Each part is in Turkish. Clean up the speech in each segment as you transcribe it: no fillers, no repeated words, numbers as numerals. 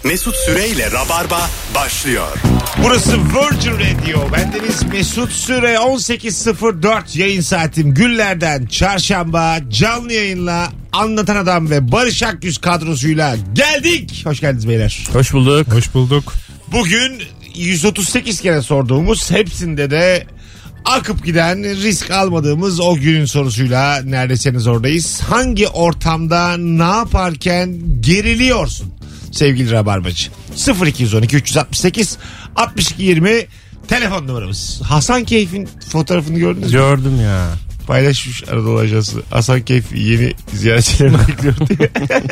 Mesut Süreyle Rabarba başlıyor. Burası Virgin Radio. Bendeniz Mesut Süre. 18.04 yayın saatim. Günlerden çarşamba canlı yayınla Anlatan Adam ve Barış Akgüz kadrosuyla geldik. Hoş geldiniz beyler. Hoş bulduk. Hoş bulduk. Bugün 138 kere sorduğumuz, hepsinde de akıp giden, risk almadığımız o günün sorusuyla neredesiniz oradayız. Hangi ortamda ne yaparken geriliyorsun sevgili Rabarbacı? 0212 368 62 20 telefon numaramız. Hasan Keyf'in fotoğrafını gördünüz mü? Gördüm ya. Paylaşmış Anadolu Ajansı. Hasan Keyf yeni ziyaretçilerini bekliyor diye.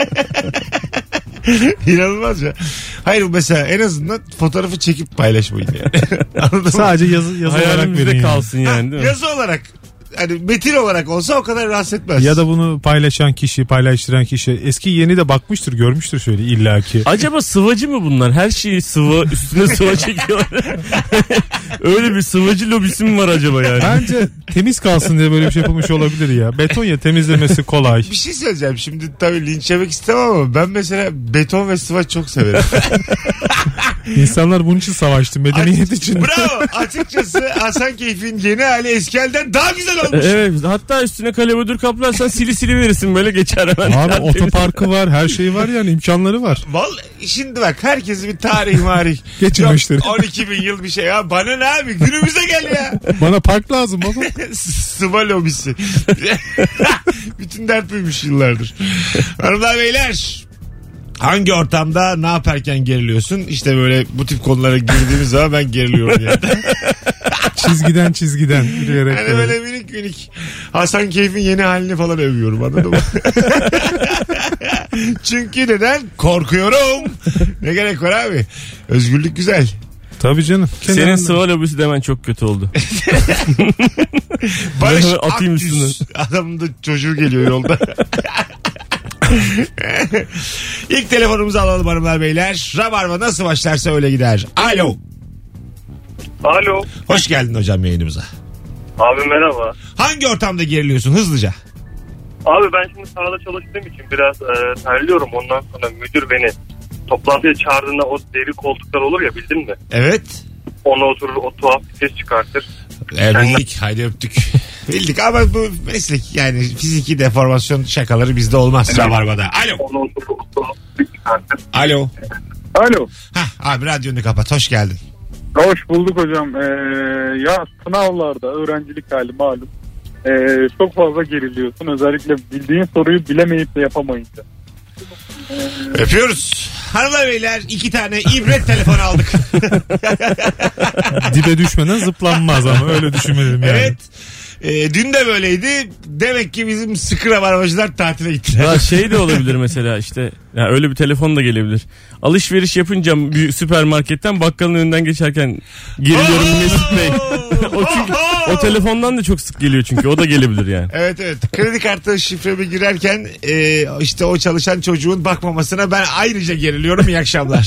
İnanılmaz ya. Hayır, mesela en azından fotoğrafı çekip paylaşmayın yani. Anladın Sadece yazı olarak Hayalimizde verin kalsın yani, değil mi? Yazı olarak, hani metin olarak olsa o kadar rahatsız etmez. Ya da bunu paylaşan kişi, paylaştıran kişi eski yeni de bakmıştır, görmüştür şöyle illaki. Acaba sıvacı mı bunlar? Her şeyi sıvı, üstüne sıva çekiyorlar. Öyle bir sıvacı lobisi mi var acaba yani? Bence temiz kalsın diye böyle bir şey yapılmış olabilir ya. Beton ya, temizlemesi kolay. Bir şey söyleyeceğim şimdi, tabii linç yemek istemem ama ben mesela beton ve sıva çok severim. İnsanlar bunun için savaştı, medeniyet için. Bravo. Açıkçası Hasan Keyf'in yeni hali eski halden daha güzel olmuş. Evet, hatta üstüne kalebodur kaplarsan sili verirsin, böyle geçer hemen. Abi otoparkı var, her şey var yani, imkanları var. Vallahi şimdi bak, herkes bir tarih Geçirmiştir. 12 bin yıl bir şey ya. Bana ne abi, günümüze gel ya. Bana park lazım baba. Sıva lobisi. Bütün dert buymuş yıllardır. Hanımlar beyler, hangi ortamda ne yaparken geriliyorsun? İşte böyle bu tip konulara girdiğimiz zaman ben geriliyorum yani. Çizgiden yürüyerek. Yani böyle minik Hasan Keyf'in yeni halini falan övüyorum, anladın mı? Çünkü neden? Korkuyorum. Ne gerek var abi? Özgürlük güzel. Tabii canım. Senin sıva lobisi demen çok kötü oldu. Barış atayım Akgüz. üstüne. Adamın da çocuğu geliyor yolda. İlk telefonumuzu alalım hanımlar beyler. Rabarba nasıl başlarsa öyle gider. Alo. Alo. Hoş geldin hocam yayınımıza. Abi merhaba. Hangi ortamda geriliyorsun hızlıca? Abi ben şimdi sahada çalıştığım için biraz terliyorum. Ondan sonra müdür beni toplantıya çağırdığında o deri koltuklar olur ya, bildin mi? Evet. Ona oturur, o tuhaf bir ses çıkartır. Bildik, haydi öptük. Bildik ama bu meslek, yani fiziki deformasyon şakaları bizde olmaz Rabarba'da. Alo. Ona oturur, o tuhaf bir ses çıkartır. Alo. Alo. Abi radyonu kapat, hoş geldin. Hoş bulduk hocam. Ya sınavlarda öğrencilik hali malum. Çok fazla geriliyorsun. Özellikle bildiğin soruyu bilemeyip de yapamayınca. Öpüyoruz. Hanımlar beyler, 2 tane ibret telefon aldık. Dibe düşmeden zıplanmaz ama öyle düşünmedim yani. Evet. Dün de böyleydi. Demek ki bizim sıkı rabarbacılar tatile gittiler. Ya şey de olabilir mesela, işte ya öyle bir telefon da gelebilir. Alışveriş yapınca bir süpermarketten bakkalın önünden geçerken geriliyorum Mesut Bey. O çünkü o telefondan da çok sık geliyor, çünkü o da gelebilir yani. Evet. Kredi kartı şifremi girerken işte o çalışan çocuğun bakmamasına ben ayrıca geriliyorum. İyi akşamlar.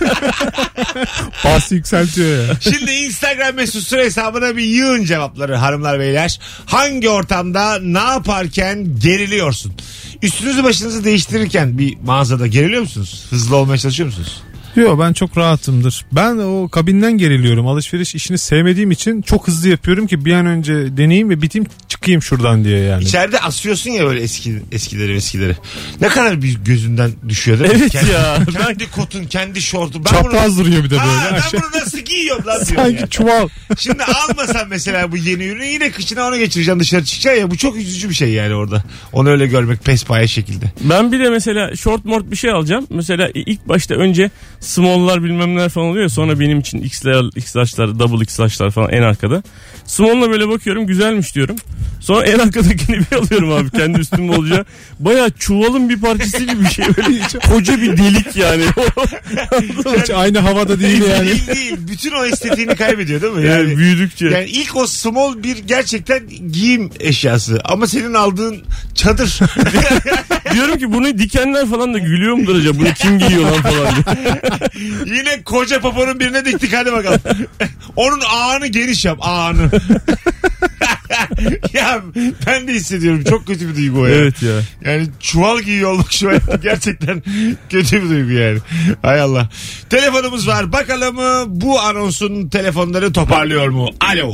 Bas yükseltiyor ya. Şimdi Instagram Mesut Süre hesabına bir yığın cevapları hanımlar beyler. Hangi ortamda ne yaparken geriliyorsun? Üstünüzü başınızı değiştirirken bir mağazada geriliyor musunuz? Hızlı olmaya çalışıyor musunuz? Yok, ben çok rahatımdır. Ben o kabinden geriliyorum. Alışveriş işini sevmediğim için çok hızlı yapıyorum ki bir an önce deneyeyim ve biteyim, çıkayım şuradan diye yani. İçeride asıyorsun ya böyle eskileri. Ne kadar bir gözünden düşüyor değil mi? Evet ya. Kendi kotun, kendi şortun. Çapraz duruyor bir de böyle. Ben bunu nasıl giyiyorum lan diyor Sanki ya. çuval. Şimdi almasan mesela bu yeni ürünü, yine kışına onu geçireceksin, dışarı çıkacaksın ya. Bu çok üzücü bir şey yani orada. Onu öyle görmek pespaya şekilde. Ben bir de mesela short mort bir şey alacağım. Mesela ilk başta önce small'lar bilmem neler falan oluyor. Sonra benim için XL'lar, double XL'lar falan en arkada. Small'la böyle bakıyorum, güzelmiş diyorum. Sonra en arkadakini bir alıyorum abi, kendi üstümde olacağı. Bayağı çuvalın bir parçası gibi bir şey, böyle koca bir delik yani. Hiç aynı havada değil yani. Değil. Bütün o estetiğini kaybediyor değil mi? Yani büyüdükçe. Yani ilk o small bir gerçekten giyim eşyası. Ama senin aldığın çadır. Diyorum ki bunu dikenler falan da gülüyor mudur acaba? Bunu kim giyiyor lan falan diye. Yine koca poponun birine diktik, hadi bakalım. Onun ağını geniş yap, ağını. Ya ben de hissediyorum. Çok kötü bir duygu o ya. Evet ya. Yani çuval giyiyor olmak şu an gerçekten kötü bir duygu yani. Hay Allah. Telefonumuz var. Bakalım bu anonsun telefonları toparlıyor mu? Alo.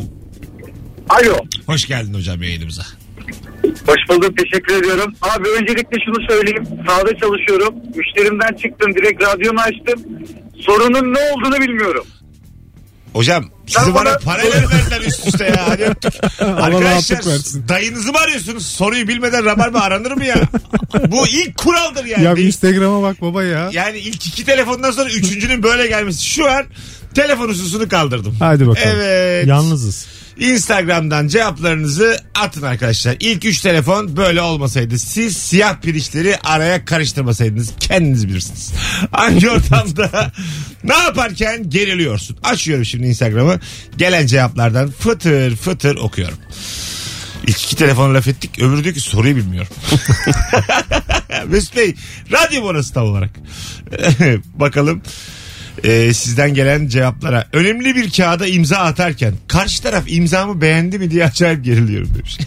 Alo. Hoş geldin hocam yayınımıza. Hoş bulduk, teşekkür ediyorum. Abi öncelikle şunu söyleyeyim. Sahada çalışıyorum. Müşterimden çıktım. Direkt radyomu açtım. Sorunun ne olduğunu bilmiyorum. Hocam sizi bana bana- parayla verdiler üst üste ya. Hadi öptük. Arkadaşlar dayınızı mı arıyorsunuz? Soruyu bilmeden Rabarba aranır mı ya? Bu ilk kuraldır yani. Ya bir Değil- Instagram'a bak baba ya. Yani ilk 2 telefondan sonra 3.'nün böyle gelmesi. Şu an telefon hususunu kaldırdım. Hadi bakalım. Evet. Yalnızız. Instagram'dan cevaplarınızı atın arkadaşlar. İlk 3 telefon böyle olmasaydı, siz siyah pirinçleri araya karıştırmasaydınız, kendiniz bilirsiniz. Hangi ortamda ne yaparken geriliyorsun? Açıyorum şimdi Instagram'ı. Gelen cevaplardan fıtır fıtır okuyorum. İlk 2 telefona laf ettik. Öbürü diyor ki soruyu bilmiyorum. Mesut Bey, radyo burası tam olarak. Bakalım. Sizden gelen cevaplara. Önemli bir kağıda imza atarken karşı taraf imzamı beğendi mi diye acayip geriliyorum demiş.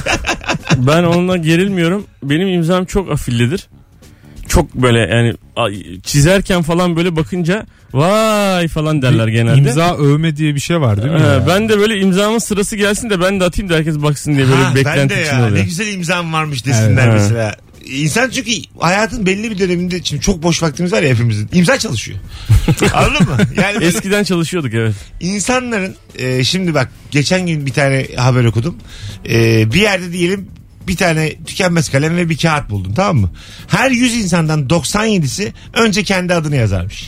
Ben onunla gerilmiyorum. Benim imzam çok afillidir. Çok böyle yani çizerken falan böyle bakınca vay falan derler genelde. İmza övme diye bir şey var değil mi? ya? Ben de böyle imzamın sırası gelsin de ben de atayım da herkes baksın diye böyle Ha, beklenti ben de içinde ya oluyor. ne güzel imzam varmış desinler Evet. mesela. İnsan çünkü hayatın belli bir döneminde, şimdi çok boş vaktimiz var ya hepimizin, imza çalışıyor. Anladın mı? Yani böyle Eskiden çalışıyorduk evet. insanların şimdi bak, geçen gün bir tane haber okudum. Bir yerde diyelim bir tane tükenmez kalem ve bir kağıt buldun, tamam mı? Her 100 insandan 97'si önce kendi adını yazarmış.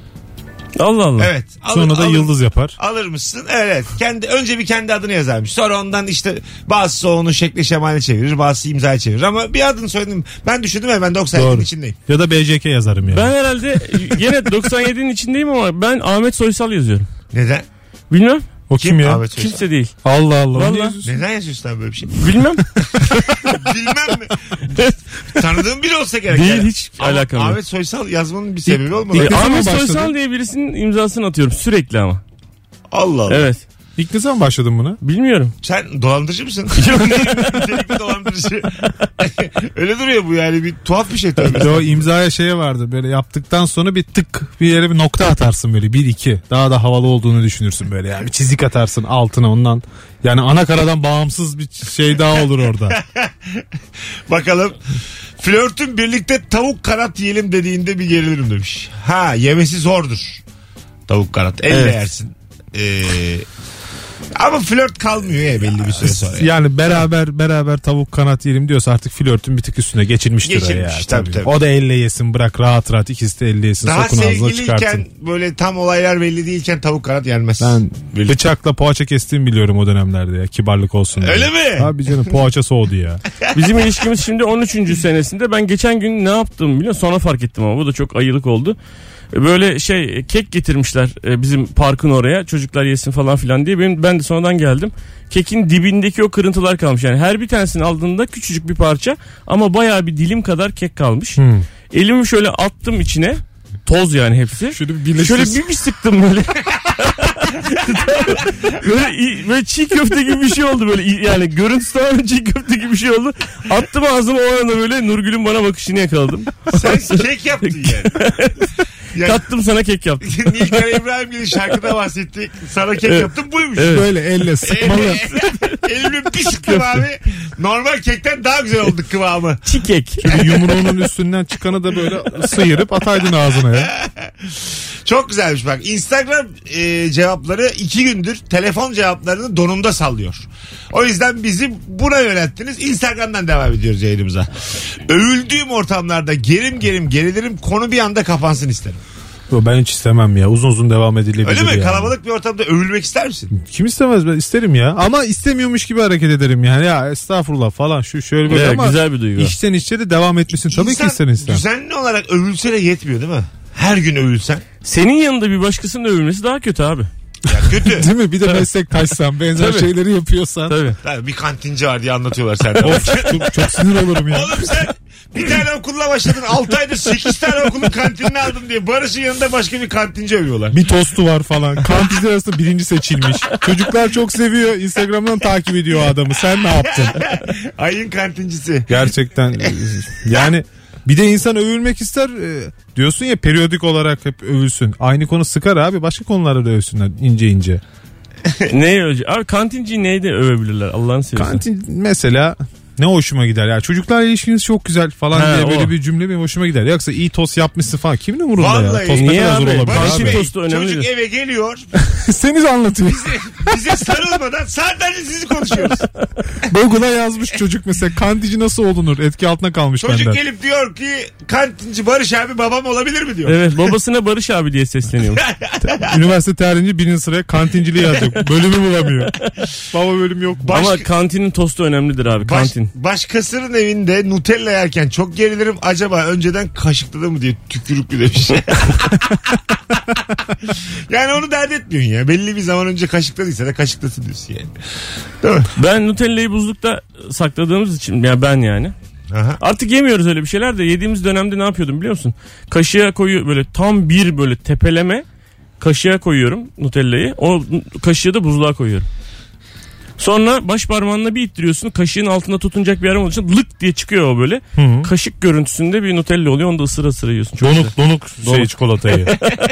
Allah Allah. Evet. Sonra da yıldız yapar. Alır mısın? Evet. Önce bir kendi adını yazarmış. Sonra ondan işte bazısı onu şekle şemale çevirir, bazısı imzaya çevirir. Ama bir adını söyledim. Ben düşündüm ya, ben 97'nin Doğru. içindeyim. Ya da BCK yazarım yani. Ben herhalde gene 97'nin içindeyim ama ben Ahmet Soysal yazıyorum. Neden? Bilmem. O kim ya? Ahmet Soysal. Kimse değil. Allah Allah. Vallahi. Ne yazıyorsun? Neden yazıyorsun abi böyle bir şey? Bilmem. Bilmem mi? Tanıdığım biri olsa gerek. Değil, yani. hiç Ama alakam yok. Ahmet Soysal yazmanın bir sebebi olmalı. Ne zaman Ahmet başladın? Soysal diye birisinin imzasını atıyorum sürekli ama. Allah Allah. Evet. İlk ne zaman başladın buna? Bilmiyorum. Sen dolandırıcı mısın? Nitelikli dolandırıcı. Öyle duruyor bu yani, bir tuhaf bir şey tabii. O imzaya şeye vardı, böyle yaptıktan sonra bir tık bir yere bir nokta atarsın, böyle 1-2 daha da havalı olduğunu düşünürsün böyle, yani bir çizik atarsın altına ondan, yani ana karadan bağımsız bir şey daha olur orada. Bakalım. Flörtün birlikte tavuk kanat yiyelim dediğinde bir gerilirim demiş. Ha, yemesi zordur. Tavuk kanat. Elle Evet. yersin. Ama flört kalmıyor ya belli bir süre sonra. Yani beraber tavuk kanat yiyelim diyorsa artık flörtün bir tık üstüne geçilmiştir. Geçilmiş, ya, tabii. O da elle yesin, bırak rahat ikisi de elle yesin, Daha sokun ağzına sevgiliyken, çıkartın. böyle tam olaylar belli değilken tavuk kanat yenmez. Ben Birlikte. bıçakla poğaça kestiğimi biliyorum o dönemlerde ya, kibarlık olsun diye. Öyle mi? Abi canım, poğaça soğudu ya. Bizim ilişkimiz şimdi 13. senesinde. Ben geçen gün ne yaptım biliyor musun? Sonra fark ettim ama bu da çok ayılık oldu. Böyle kek getirmişler bizim parkın oraya, çocuklar yesin falan filan diye. Ben de sonradan geldim. Kekin dibindeki o kırıntılar kalmış. Yani her bir tanesini aldığında küçücük bir parça ama bayağı bir dilim kadar kek kalmış. Elimi şöyle attım içine. Toz yani hepsi. Şöyle bir sıktım böyle. böyle çiğ köfte gibi bir şey oldu böyle, yani görüntüsü tamamen çiğ köfte gibi bir şey oldu. Attım ağzıma, o anda böyle Nurgül'ün bana bakışını yakaladım. Sen kek yaptın yani. Yani Kattım sana kek yaptım. Nilkara İbrahimgil'in şarkıda bahsettik. Sana kek yaptım, buymuş. Evet. Böyle elle sıkmalı. Elimi bir sıktım abi. Normal kekten daha güzel oldu kıvamı. Çiğ kek. Yumruğunun üstünden çıkanı da böyle sıyırıp ataydın ağzına ya. Çok güzelmiş bak. Instagram cevapları 2 gündür telefon cevaplarını donumda sallıyor. O yüzden bizi buna yönelttiniz. Instagram'dan devam ediyoruz yayınımıza. Övüldüğüm ortamlarda gerilirim, konu bir anda kapansın isterim. Ben hiç istemem ya. Uzun devam edilebilir. Öyle mi? yani. Kalabalık bir ortamda övülmek ister misin? Kim istemez, ben isterim ya. Ama istemiyormuş gibi hareket ederim yani. Ya estağfurullah falan şu şöyle böyle, Evet, ama güzel bir duygu. içten içe de devam etmesin. Tabii ki İnsan istem. düzenli olarak övülse de yetmiyor değil mi? Her gün övülsen. Senin yanında bir başkasının övülmesi daha kötü abi. Ya kötü. Değil mi? Bir de meslektaşsan benzer Tabii. şeyleri yapıyorsan. Tabii. Tabii bir kantinci var diye anlatıyorlar senden. Of çok sinir olurum ya. Oğlum sen bir tane okulla başladın. 6 ayda 8 tane okulun kantinini aldın diye. Barış'ın yanında başka bir kantinci övüyorlar. Bir tostu var falan. Kantinci arasında birinci seçilmiş. Çocuklar çok seviyor. Instagram'dan takip ediyor o adamı. Sen ne yaptın? Ayın kantincisi. Gerçekten yani bir de insan övülmek ister. Diyorsun ya periyodik olarak hep övülsün. Aynı konu sıkar abi. Başka konularda da övsünler ince ince. Neye övecek? Abi kantinciyi neyde övebilirler Allah'ını seversen. Kantin mesela ne hoşuma gider ya. Çocuklarla ilişkiniz çok güzel falan Ha, diye o. böyle bir cümle benim hoşuma gider. Yoksa iyi tost yapmışsın falan. Kimin umurunda Vallahi. ya? Tost ne Niye kadar zor abi? olabilir Barış Kantin abi. Bey, tostu önemlidir. çocuk eve geliyor. Seni de anlatıyor. Bize sarılmadan saatlerce sizi konuşuyoruz. Google'a yazmış çocuk mesela kantinci nasıl olunur? Etki altına kalmış Çocuk benden. gelip diyor ki kantinci Barış abi babam olabilir mi diyor. Evet, babasına Barış abi diye sesleniyor. Üniversite tarihinde birinci sıraya kantinciliği yazacak. Bölümü bulamıyor. Baba bölüm yok. Ama kantinin tostu önemlidir abi, kantin. Başkasının evinde Nutella yerken çok gerilirim. Acaba önceden kaşıkladı mı diye tükürüklü demiş. Yani onu dert etmiyorsun ya. Belli bir zaman önce kaşıkladıysa da kaşıklasın diyorsun yani. Değil mi? Ben Nutella'yı buzlukta sakladığımız için ya ben yani. Aha. Artık yemiyoruz öyle bir şeyler de yediğimiz dönemde ne yapıyordum biliyor musun? Kaşığa koyuyor böyle tam bir böyle tepeleme kaşığa koyuyorum Nutella'yı. O kaşığı da buzluğa koyuyorum. Sonra baş parmağınla bir ittiriyorsun. Kaşığın altında tutunacak bir yer olduğu için lık diye çıkıyor o böyle. Hı. Kaşık görüntüsünde bir Nutella oluyor. Onu da ısıra ısıra yiyorsun. Çok güzel. Donuk çikolatayı.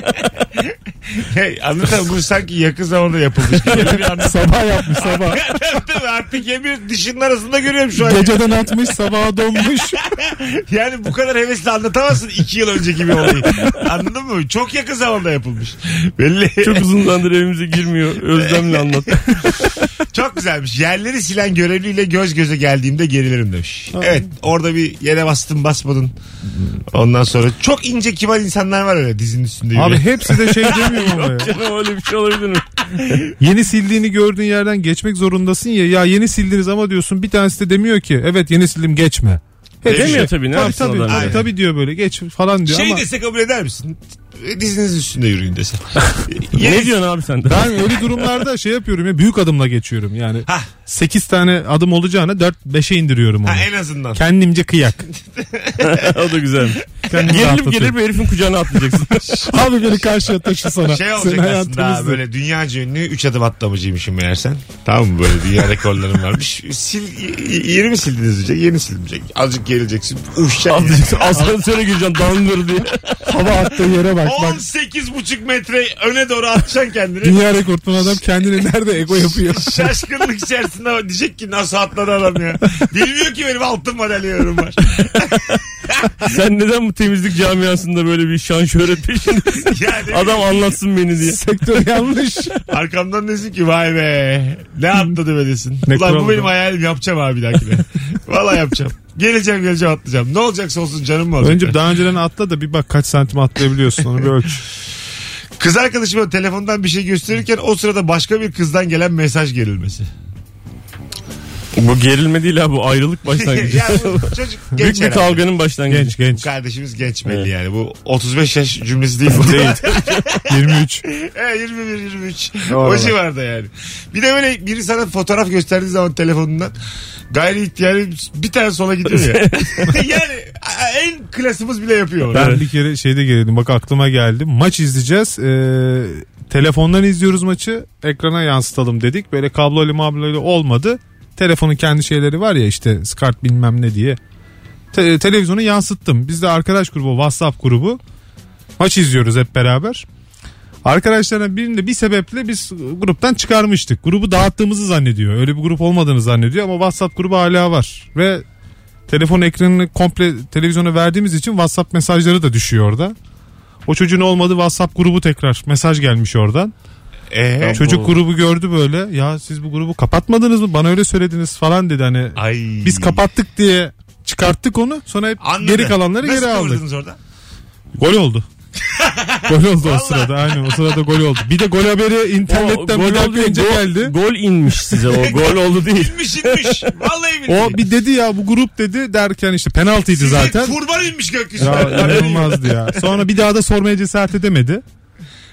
Hey, anlatan bu sanki yakın zamanda yapılmış. Böyle bir anlatım. Sabah yapmış sabah. Tabii, artık yemiyor dişinin arasında görüyorum şu an. Geceden atmış sabaha donmuş. Yani bu kadar hevesli anlatamazsın 2 yıl önceki bir olayı. Anladın mı? Çok yakın zamanda yapılmış. Belli. Çok uzun zamandır evimize girmiyor. Özlemle anlat. Çok güzelmiş. Yerleri silen görevliyle göz göze geldiğimde gerilirim demiş. Evet, orada bir yere bastın basmadın. Ondan sonra çok ince kibar insanlar var öyle dizinin üstünde. Abi hepsi de şey demiyor ama ya. Canım öyle bir şey olabilir mi? Yeni sildiğini gördüğün yerden geçmek zorundasın ya. Ya yeni sildiniz ama diyorsun, bir tanesi de demiyor ki evet yeni sildim geçme. Hep Demiyor tabii, ne yapsın adam yani? tabii diyor böyle geç falan diyor Şey ama dese kabul eder misin? Diziniz üstünde yürüyün dese. Ne diyorsun abi sen de? ben öyle durumlarda şey yapıyorum ya, büyük adımla geçiyorum yani. Hah. 8 tane adım olacağına 4-5'e indiriyorum onu. Ha, en azından. Kendimce kıyak. O da güzelmiş. Kendimi Gerilip rahatlatıyorum. gelir herifin kucağına atlayacaksın. Abi beni karşıya taşı sana. Şey Senin olacak hayatın aslında ha, temizdir. böyle dünyaca ünlü 3 adım atlamacıymışım meğersen. Tamam mı, böyle dünya rekorlarım varmış. Yeni mi sildiniz diyecek, yeni silmeyecek. Azıcık gerileceksin, uçacaksın. Asansöre gireceksin dangır diye. Hava attığı yere bak. Bak 18,5 metre öne doğru atacaksın kendini. dünya rekortman adam kendini nerede ego yapıyor. Şaşkınlık içerisinde diyecek ki nasıl atladı adam ya. Bilmiyor ki benim altın madalyonum var. Sen neden bu temizlik camiasında böyle bir şan şöhret peşindesin? Yani Adam anlatsın beni diye. Sektör yanlış. arkamdan desin ki vay be ne atladı be desin. Ne Ulan bu kral benim be. hayalim, yapacağım abi bir dahakine. Valla yapacağım. Geleceğim atlayacağım. Ne olacaksa olsun canım mı olacak? Önce daha önceden atla da bir bak kaç santim atlayabiliyorsun, onu bir ölç. Kız arkadaşıma telefondan bir şey gösterirken o sırada başka bir kızdan gelen mesaj gerilmesi. Bu gerilme değil ha, bu ayrılık başlangıcı. Ya bu çocuk genç Büyük bir herhalde. kavganın başlangıcı. Genç. Bu kardeşimiz genç belli yani. Bu 35 yaş cümlesi değil bu. Değil. 23. 21-23. Doğru. O civarda yani. Bir de böyle biri sana fotoğraf gösterdiği zaman telefonundan gayri ihtiyari bir tane sola gidiyor ya. Yani en klasımız bile yapıyor onu. Ben bir kere şeyde gerildim, bak aklıma geldi. Maç izleyeceğiz. Telefondan izliyoruz maçı. Ekrana yansıtalım dedik. Böyle kabloyla mabloyla olmadı. Telefonun kendi şeyleri var ya işte SCART bilmem ne diye. Televizyonu yansıttım. Biz de arkadaş grubu, WhatsApp grubu. Maç izliyoruz hep beraber. Arkadaşlardan birinde bir sebeple biz gruptan çıkarmıştık. Grubu dağıttığımızı zannediyor. Öyle bir grup olmadığını zannediyor ama WhatsApp grubu hala var. Ve telefon ekranını komple televizyona verdiğimiz için WhatsApp mesajları da düşüyor orada. O çocuğun olmadı, WhatsApp grubu tekrar mesaj gelmiş oradan. Çocuk grubu gördü böyle. Ya siz bu grubu kapatmadınız mı? Bana öyle söylediniz falan dedi. Hani Ay. biz kapattık diye çıkarttık onu. Sonra hep Anladım. geri kalanları Nasıl geri aldık. kıvırdınız orada? Gol oldu. Gol oldu Vallahi. o sırada. Aynen o sırada gol oldu. Bir de gol haberi internetten bir dakika önce geldi. Gol inmiş size o. Gol oldu değil. İnmiş. Vallahi billahi. O bir dedi ya bu grup dedi derken işte penaltıydı zaten. Kurban inmiş gökyüzüne. Ya inanılmazdı ya. Sonra bir daha da sormaya cesaret edemedi.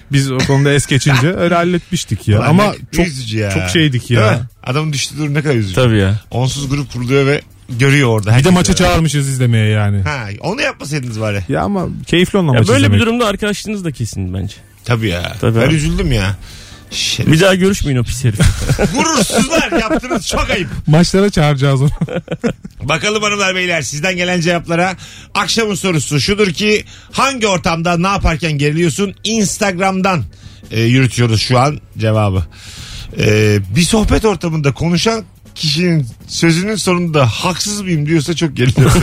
Biz o konuda es geçince öyle halletmiştik ya. Ulan Ama ne üzücü ya. çok şeydik Değil ya. mi? Adamın düştüğü durum ne kadar üzücü. Tabii ya. Onsuz grup kuruluyor ve görüyor orada. Bir de Herkes maça beraber. çağırmışız izlemeye yani. Ha, onu yapmasaydınız bari. Ya ama keyifli onunla Ya maç böyle izlemek. bir durumda arkadaşlığınız da kesin bence. Tabii ya. Tabii Ben abi. üzüldüm ya. Bir daha görüşmeyin o pis herif. Gurursuzlar, yaptınız, çok ayıp. Maçlara çağıracağız onu. Bakalım hanımlar beyler, sizden gelen cevaplara. Akşamın sorusu şudur ki, hangi ortamda ne yaparken geriliyorsun? Instagram'dan yürütüyoruz şu an cevabı. Bir sohbet ortamında konuşan kişinin sözünün sonunda haksız mıyım diyorsa çok geriliyorum.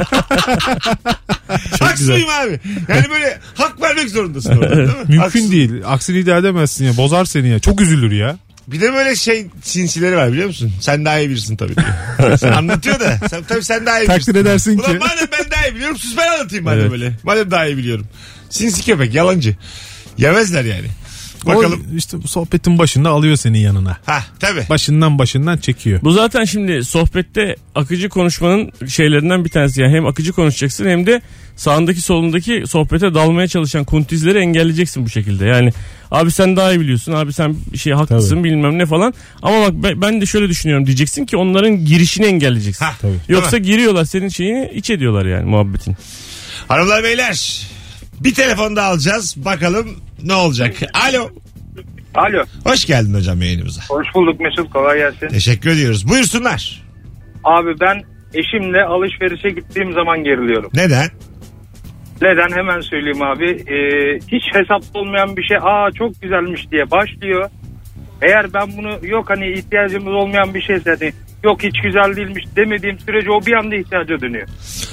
Haksız mıyım abi? Yani böyle hak vermek zorundasın orada, değil mi? Mümkün Haksız. değil. Aksini iddia edemezsin ya. Bozar seni ya. Çok üzülür ya. Bir de böyle sinsileri var, biliyor musun? Sen daha iyi bilirsin tabii diyor. Sen anlatıyor da sen daha iyi bilirsin. Takdir edersin Ulan ki. madem ben daha iyi biliyorum, sus ben anlatayım madem Evet. öyle. Madem daha iyi biliyorum. Sinsi köpek, yalancı. Yemezler yani. Bakalım. O işte bu sohbetin başında alıyor seni yanına. Ha tabii. Başından çekiyor. Bu zaten şimdi sohbette akıcı konuşmanın şeylerinden bir tanesi. Yani hem akıcı konuşacaksın hem de sağındaki solundaki sohbete dalmaya çalışan kuntizleri engelleyeceksin bu şekilde. Yani abi sen daha iyi biliyorsun, abi sen haklısın, Tabii. bilmem ne falan. Ama bak ben de şöyle düşünüyorum diyeceksin ki onların girişini engelleyeceksin. Ha, Tabii. Yoksa giriyorlar senin şeyini, iç ediyorlar yani muhabbetin. Hanımlar beyler, bir telefon da alacağız. Bakalım ne olacak. Alo. Alo. Hoş geldin hocam yayınımıza. Hoş bulduk Mesut, kolay gelsin. Teşekkür ediyoruz. Buyursunlar. Abi ben eşimle alışverişe gittiğim zaman geriliyorum. Neden? Neden, hemen söyleyeyim abi. Hiç hesapta olmayan bir şey çok güzelmiş diye başlıyor. Eğer ben bunu yok hani ihtiyacımız olmayan bir şeyse hani yok hiç güzel değilmiş demediğim sürece o bir anda ihtiyaca dönüyor.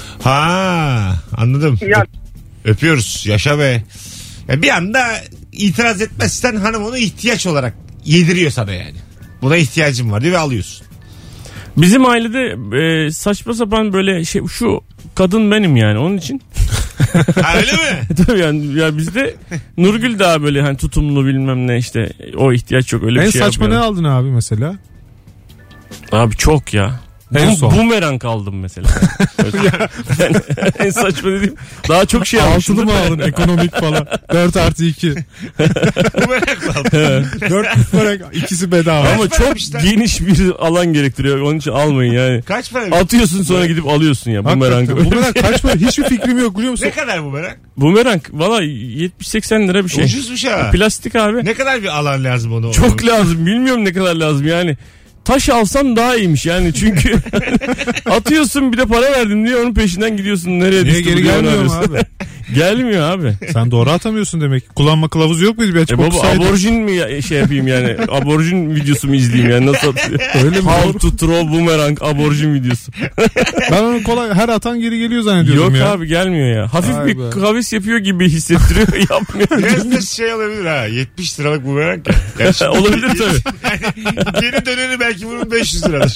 Ha, anladım. Ya Öpüyoruz. Yaşa be. Ya bir anda itiraz etmezsen hanım onu ihtiyaç olarak yediriyor sana yani. Buna ihtiyacım var diye ve alıyorsun. Bizim ailede saçma sapan böyle şu kadın benim yani onun için. Ha, öyle mi? Tabii yani ya bizde Nurgül daha böyle hani tutumlu bilmem ne işte o ihtiyaç yok öyle En bir şey saçma ne yapmıyor. aldın abi mesela? Abi çok ya. En son. Bumerang aldım mesela. Yani en saçma dediğim daha çok şey almışım. Altılı mı aldın ekonomik falan? 4+2. Bu merak mı aldın? 4 para ikisi bedava. Ama çok vermişler? geniş bir alan gerektiriyor. Onun için almayın yani. Kaç para? Atıyorsun sonra gidip alıyorsun ya bumerang. Hakikaten. Bu merak kaç para? Hiçbir fikrim yok biliyor musun? Ne kadar bu merak? Bumerang valla 70-80 lira bir şey. Ucuzmuş ha. Plastik abi. Ne kadar bir alan lazım onu? Çok lazım. Bilmiyorum ne kadar lazım yani. Taş alsam daha iyiymiş yani çünkü atıyorsun bir de para verdim diye onun peşinden gidiyorsun. Nereye Niye düştü geri bu diye gelmiyor mu arıyorsun. abi? Gelmiyor abi. Sen doğru atamıyorsun demek. Kullanma kılavuzu yok muydu? Bir açıp Baba okusaydın. aborjin mi şey yapayım yani? Aborjin videosu mu izleyeyim yani? Nasıl atıyor? Öyle mi? How to throw boomerang aborjin videosu. Ben onu kolay her atan geri geliyor zannediyordum Yok ya. abi gelmiyor ya. Hafif Vay bir be. kavis yapıyor gibi hissettiriyor. Yapmıyor. Biraz da şey olabilir ha. 70 liralık bu merak ya. Yani şimdi- Olabilir tabii. Yani geri döneni belki bunun 500 liradır.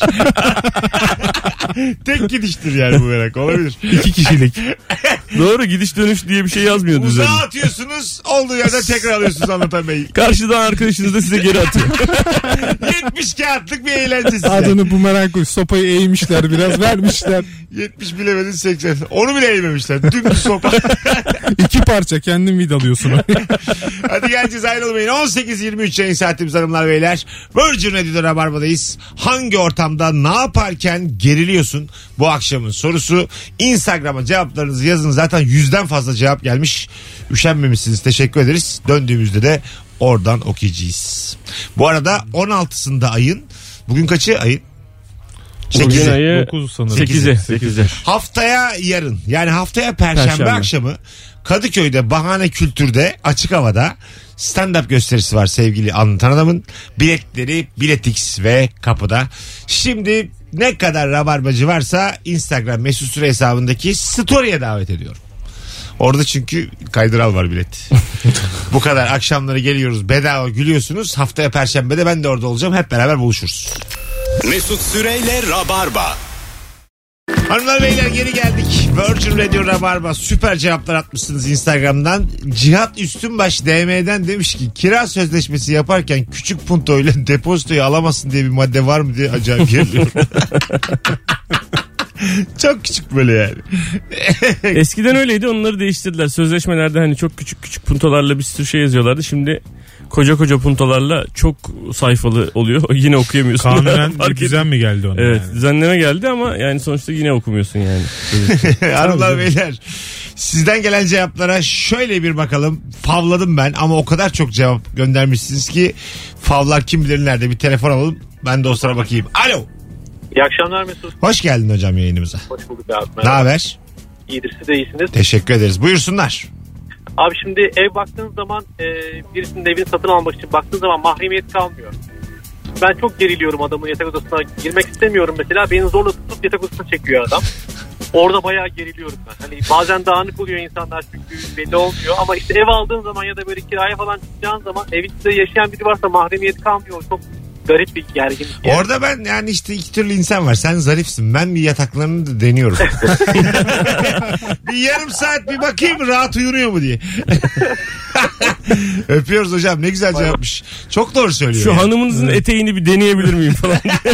Tek gidiştir yani bu merak. Olabilir. 2 kişilik. Doğru gidiş dönüş diye bir şey yazmıyordu üzerinde. Uzağa atıyorsunuz. Olduğu yerden tekrar alıyorsunuz Anlatan Bey. Karşıdan arkadaşınız da size geri atıyor. 70 kağıtlık bir eğlence size. Adını bumerang koy. Sopayı eğmişler biraz vermişler. 70 bilemedin 80. Onu bile eğmemişler. Dümdüz sopa. 2 parça kendin vidalıyorsun. Hadi geleceğiz, ayrılmayın. 18.23 yayın saatimiz hanımlar beyler. Virgin Radio'da Rabarba'dayız. Hangi ortamda ne yaparken geriliyorsun? Bu akşamın sorusu. Instagram'a cevaplarınızı yazın. Zaten 100'den fazla cevap gelmiş. Üşenmemişsiniz. Teşekkür ederiz. Döndüğümüzde de oradan okuyacağız. Bu arada 16'sında ayın. Bugün kaçı ayın? Bugün 8'i. ayı 9 sanırım. 8'e. Haftaya yarın, yani haftaya Perşembe Perşembe. akşamı Kadıköy'de Bahane Kültür'de açık havada stand-up gösterisi var sevgili Anlatan Adam'ın. Biletleri Biletix ve kapıda. Şimdi ne kadar rabarbacı varsa Instagram Mesut Süre hesabındaki story'e davet ediyorum. Orada çünkü kaydıral var bilet. Bu kadar akşamları geliyoruz, bedava gülüyorsunuz. Haftaya Perşembe'de ben de orada olacağım. Hep beraber buluşuruz. Mesut Süreyle Rabarba. Hanımlar beyler geri geldik. Virgin Radio Rabarba, süper cevaplar atmışsınız Instagram'dan. Cihat Üstünbaş DM'den demiş ki kira sözleşmesi yaparken küçük puntoyla depozitoyu alamazsın diye bir madde var mı diye acayip geriliyorum. Çok küçük böyle yani. Eskiden öyleydi, onları değiştirdiler. Sözleşmelerde hani çok küçük küçük puntolarla bir sürü şey yazıyorlardı. Şimdi koca koca puntolarla çok sayfalı oluyor. Yine okuyamıyorsun. Kanunen bir düzen mi geldi ona? Evet, yani? düzenleme geldi ama yani sonuçta yine okumuyorsun yani. Hanımlar beyler, sizden gelen cevaplara şöyle bir bakalım. Favladım ben ama o kadar çok cevap göndermişsiniz ki favlar kim bilir nerede. Bir telefon alalım, ben de o sıra bakayım. Alo. İyi akşamlar Mesut. Hoş geldin hocam yayınımıza. Hoş bulduk abi. Ne haber? İyidir, siz de iyisiniz. Teşekkür ederiz. Buyursunlar. Abi şimdi ev baktığın zaman birisinin evini satın almak için baktığın zaman mahremiyet kalmıyor. Ben çok geriliyorum, adamın yatak odasına girmek istemiyorum mesela. Beni zorla tutup yatak odasına çekiyor adam. Orada bayağı geriliyorum ben. Hani bazen dağınık oluyor insanlar çünkü belli olmuyor. Ama işte ev aldığın zaman ya da böyle kiraya falan çıkacağın zaman evin içinde yaşayan biri varsa mahremiyet kalmıyor. Çok garip bir gerginlik. Yani. Orada ben yani işte iki türlü insan var. Sen zarifsin. Ben bir yataklarını da deniyorum. Bir yarım saat bir bakayım rahat uyunuyor mu diye. Öpüyoruz hocam. Ne güzel cevapmış. Çok doğru söylüyor. Şu yani. hanımınızın eteğini bir deneyebilir miyim falan.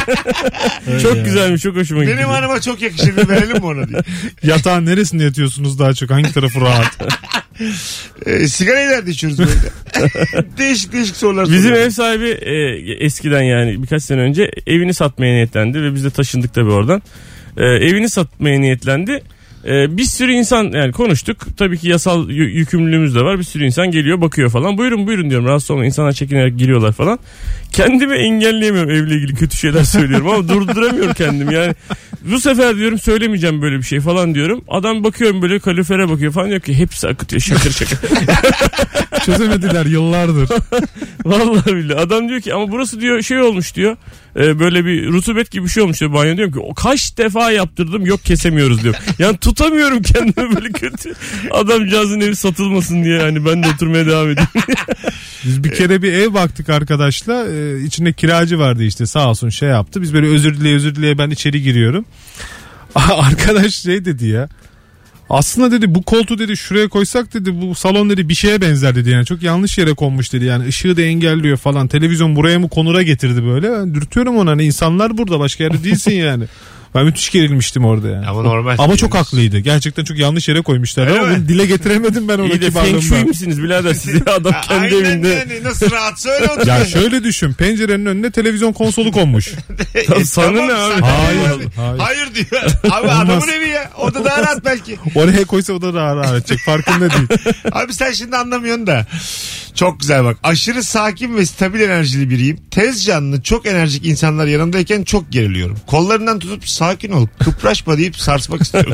Çok güzelmiş, çok hoşuma gitti. Benim hanıma çok yakışır, bir verelim mi ona diye. Yatağın neresinde yatıyorsunuz daha çok? Hangi tarafı rahat? Sigarayı nerede içiyoruz böyle? Değişik değişik sorular Bizim soruyor. ev sahibi eskiden yani birkaç sene önce evini satmaya niyetlendi ve biz de taşındık tabii oradan. Evini satmaya niyetlendi. Bir sürü insan yani konuştuk. Tabii ki yasal yükümlülüğümüz de var. Bir sürü insan geliyor, bakıyor falan. Buyurun buyurun diyorum. Rahatsız olmayın. İnsanlar çekinerek giriyorlar falan. Kendimi engelleyemiyorum, evle ilgili kötü şeyler söylüyorum ama durduramıyorum kendim. Yani bu sefer diyorum söylemeyeceğim böyle bir şey falan diyorum. Adam bakıyorum böyle kalorifere bakıyor falan, diyor ki hepsi akıtıyor şakır şakır. Çözemediler yıllardır. Vallahi billahi. Adam diyor ki ama burası diyor şey olmuş diyor. Böyle bir rutubet gibi bir şey olmuş diyor banyo, diyorum ki o kaç defa yaptırdım, yok kesemiyoruz diyor. Yani tutamıyorum kendimi, böyle kötü. Adamcağızın evi satılmasın diye hani ben de oturmaya devam edeyim. Biz bir kere bir ev baktık arkadaşla. İçinde kiracı vardı işte, sağ olsun şey yaptı. Biz böyle özür dileye ben içeri giriyorum. Arkadaş şey dedi ya. Aslında dedi bu koltuğu dedi şuraya koysak dedi bu salon dedi bir şeye benzer dedi, yani çok yanlış yere konmuş dedi, yani ışığı da engelliyor falan, televizyon buraya mı konura getirdi böyle. Ben dürtüyorum ona, hani insanlar burada, başka yerde değilsin yani. Ben müthiş gerilmiştim orada yani. Ama normal. Ama çok haklıydı. Gerçekten çok yanlış yere koymuşlar ama bunu dile getiremedim ben, ona İyi de feng shui misiniz birader siz ya, adam kendi Aynen evinde. yani, nasıl rahat söyle otur. Ya şöyle düşün, pencerenin önüne televizyon konsolu konmuş. Sana ne abi? Hayır. Hayır diyor. Abi adamın evi ya. O da daha rahat belki. Oraya koysa o da rahat edecek, farkında değil. Abi sen şimdi anlamıyorsun da. Çok güzel bak. Aşırı sakin ve stabil enerjili biriyim. Tez canlı, çok enerjik insanlar yanımdayken çok geriliyorum. Kollarından tutup sakin ol, kıpraşma deyip sarsmak istiyorum.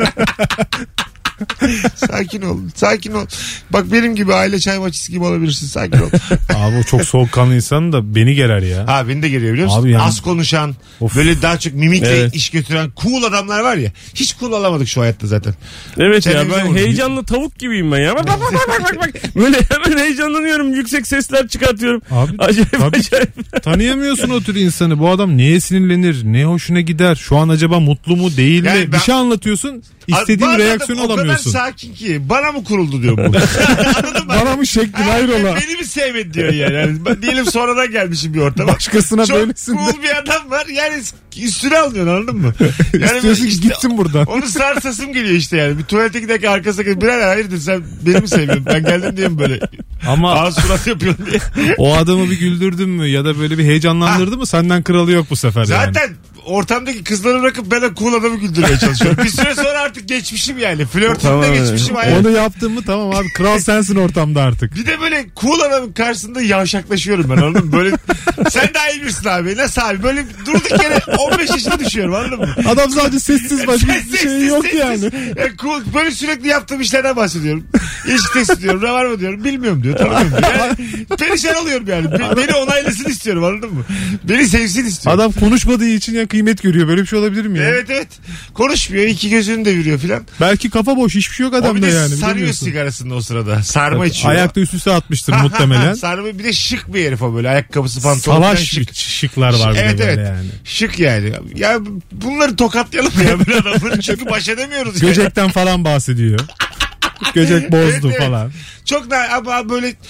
Sakin ol, sakin ol. Bak benim gibi aile çay maçısı gibi olabilirsin, sakin ol. Abi o çok soğukkanlı insan da beni gerer ya. Ha beni de geliyor biliyor musun? Abi yani- Az konuşan, Of. böyle daha çok mimikle Evet. iş götüren cool adamlar var ya. Hiç cool alamadık şu hayatta zaten. Evet ya, Televizyon ben olur. heyecanlı tavuk gibiyim ben ya. Bak. Böyle hemen heyecanlanıyorum, yüksek sesler çıkartıyorum. Abi Acayip tabii. acayip. Tanıyamıyorsun o tür insanı. Bu adam neye sinirlenir? Ne hoşuna gider? Şu an acaba mutlu mu değil mi? Yani ben- Bir şey anlatıyorsun. İstediğin Bazen reaksiyonu o alamıyorsun. kadar sakin ki bana mı kuruldu diyor bu. Anladın mı? Bana mı şeklin hayrola? Beni mi sevmedi diyor yani. Ben diyelim sonradan gelmişim bir ortama. Başkasına Çok böylesin de. cool bir adam var. Yani üstüne alıyorsun, anladın mı? Yani İstiyorsun ki işte gitsin buradan. onu sarsasım geliyor işte yani. Bir tuvalete giderken arkasına birader hayırdır sen beni mi seviyorsun? Ben geldim diye mi böyle Ama ağız surat yapıyorsun diye. o adamı bir güldürdün mü ya da böyle bir heyecanlandırdı mı, senden kralı yok bu sefer yani. Zaten ortamdaki kızları bırakıp ben de cool adamı güldürmeye çalışıyorum. Bir süre sonra artık geçmişim yani. Flörtünde Tamam, geçmişim. hayal. Onu yaptın mı tamam abi, kral sensin ortamda artık. Bir de böyle cool adamın karşısında yavşaklaşıyorum ben, anladın mı? Böyle sen daha iyi bilirsin abi. Nasıl abi? Böyle durduk yere 15 yaşına düşüyorum, anladın mı? Adam sadece sessiz, başka bir şey yok yani. Ya cool, böyle sürekli yaptığım işlerden bahsediyorum. İlişki testi diyorum. Ne var mı diyorum. Bilmiyorum diyor. Tanımıyorum diyor. Yani perişan oluyorum yani. Beni onaylasın istiyorum, anladın mı? Beni sevsin istiyorum. Adam konuşmadığı için ya kıymet görüyor. Böyle bir şey olabilir mi ya? Evet evet. Konuşmuyor. İki gözünü deviriyor filan. Belki kafa boş, hiçbir şey yok O bir adamda de yani. sarıyor bilemiyorsun. sigarasını o sırada. Sarma içiyor. Ayakta üst üste atmıştır muhtemelen. Sarma, bir de şık bir herif o böyle. Ayakkabısı pantolonu. Salaş şık. şıklar var bir Evet de böyle evet. yani. Şık yani. Ya bunları tokatlayalım ya bir adamları. Çünkü baş edemiyoruz. yani. Göcekten falan bahsediyor. Göcek bozdu Evet, evet. falan. Çok da ama böyle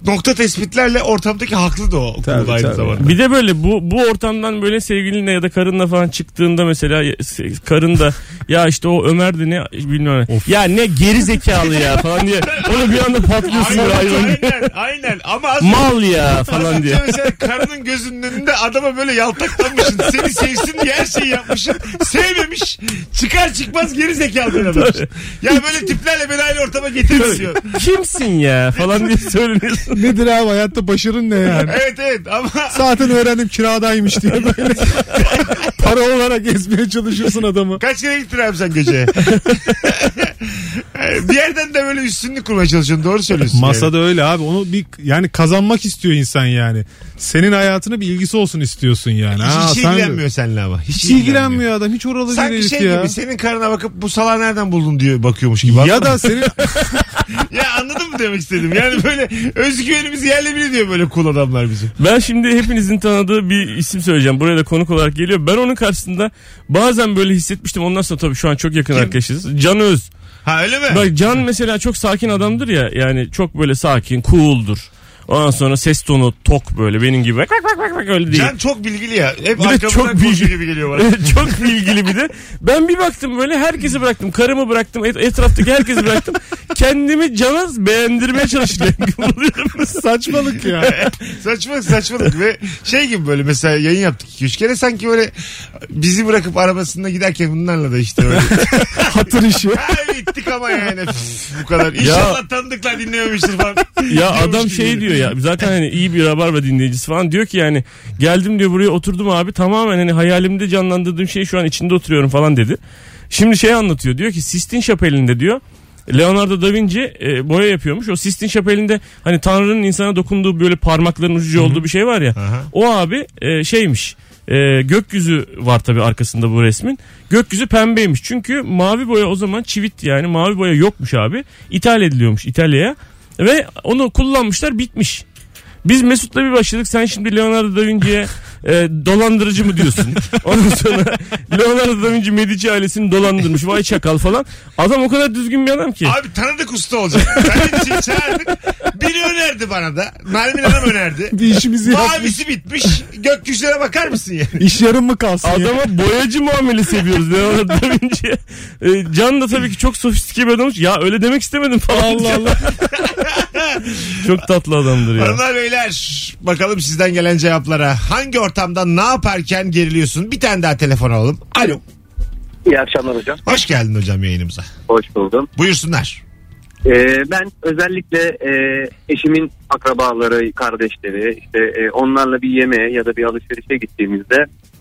nokta tespitlerle ortamdaki haklı da o konuda aynı zamanda. Bir de böyle bu ortamdan böyle sevgilinle ya da karınla falan çıktığında mesela karın da ya işte o Ömer de ne bilmiyorum. Ya ne geri zekalı ya falan diye. Onu bir anda patlıyorsun. Aynen ama mal ya falan diye. Mesela karının gözünün önünde adama böyle yaltaklanmışsın. Seni sevsin diye her şeyi yapmışsın. Sevmemiş. Çıkar çıkmaz geri zekalı bir adam. Ya böyle tiplerle beni aynı ortama getirmiyor. Kimsin ya falan diye söylüyorsun. Nedir abi hayatta başarın ne yani? Evet ama. Zaten öğrendim kiradaymış diye böyle. Para olarak ezmeye çalışıyorsun adamı. Kaç kere gittin abi sen geceye? Bir yerden de böyle üstünlük kurmaya çalışıyorsun. Doğru söylüyorsun. Masada yani. Öyle abi. Onu bir yani kazanmak istiyor insan yani. Senin hayatına bir ilgisi olsun istiyorsun yani. Hiç ilgilenmiyor seninle ama. Hiç ilgilenmiyor adam. Hiç oralı sanki değil şey ya. Gibi senin karına bakıp bu salağı nereden buldun diye bakıyormuş gibi. Ya da senin ya anladın mı demek istedim? Yani böyle özgüvenimizi yerle bir ediyor böyle cool adamlar bizim. Ben şimdi hepinizin tanıdığı bir isim söyleyeceğim. Buraya da konuk olarak geliyor. Ben onun karşısında bazen böyle hissetmiştim. Ondan sonra tabii şu an çok yakın arkadaşız. Can Öz. Ha öyle mi? Bak Can mesela çok sakin adamdır ya. Yani çok böyle sakin, cool'dur. Ondan sonra ses tonu tok böyle benim gibi. Bak öyle değil. Can çok bilgili ya. Hep bir arkamdan çok konuşuyor gibi geliyor bana. Çok bilgili bir de. Ben bir baktım böyle herkesi bıraktım. Karımı bıraktım. Etraftaki herkesi bıraktım. Kendimi Can'a beğendirmeye çalışıyorum. saçmalık ya. Saçmalık ve şey gibi böyle mesela yayın yaptık 2-3 kere sanki böyle bizi bırakıp arabasında giderken bunlarla da işte öyle. Hatır işi. Bittik ama yani bu kadar. İnşallah tanıdıklar dinlememiştir falan. Ya adam şey diyor ya zaten hani iyi bir Rabarba dinleyicisi falan diyor ki yani geldim diyor buraya oturdum abi tamamen hani hayalimde canlandırdığım şey şu an içinde oturuyorum falan dedi. Şimdi şey anlatıyor diyor ki Sistine Şapeli'nde diyor Leonardo da Vinci boya yapıyormuş. O Sistine Şapeli'nde hani Tanrı'nın insana dokunduğu böyle parmakların ucucu olduğu bir şey var ya. Aha. O abi şeymiş. Gökyüzü var tabii arkasında bu resmin. Gökyüzü pembeymiş. Çünkü mavi boya o zaman çivit yani mavi boya yokmuş abi. İthal ediliyormuş İtalya'ya. Ve onu kullanmışlar bitmiş. Biz Mesut'la bir başladık. Sen şimdi Leonardo da Vinci'ye dolandırıcı mı diyorsun? Ondan sonra Leonardo da Vinci Medici ailesini dolandırmış. Vay çakal falan. Adam o kadar düzgün bir adam ki. Abi tanıdık usta olacak. Ben için çağırdık. Biri önerdi bana da. Nermin Hanım önerdi. Bir işimizi mavisi bitmiş. Gökyüzüne bakar mısın yani? İş yarım mı kalsın? Adama boyacı muamelesi yapıyoruz Leonardo da Vinci'ye. Can da tabii ki çok sofistike bir adammış. Ya öyle demek istemedim falan. Allah Allah. Çok tatlı adamdır ya. Hanımlar beyler bakalım sizden gelen cevaplara. Hangi ortamda ne yaparken geriliyorsun? Bir tane daha telefon alalım. Alo. İyi akşamlar hocam. Hoş geldin hocam yayınımıza. Hoş buldum. Buyursunlar. Ben özellikle eşimin akrabaları, kardeşleri işte onlarla bir yemeğe ya da bir alışverişe gittiğimizde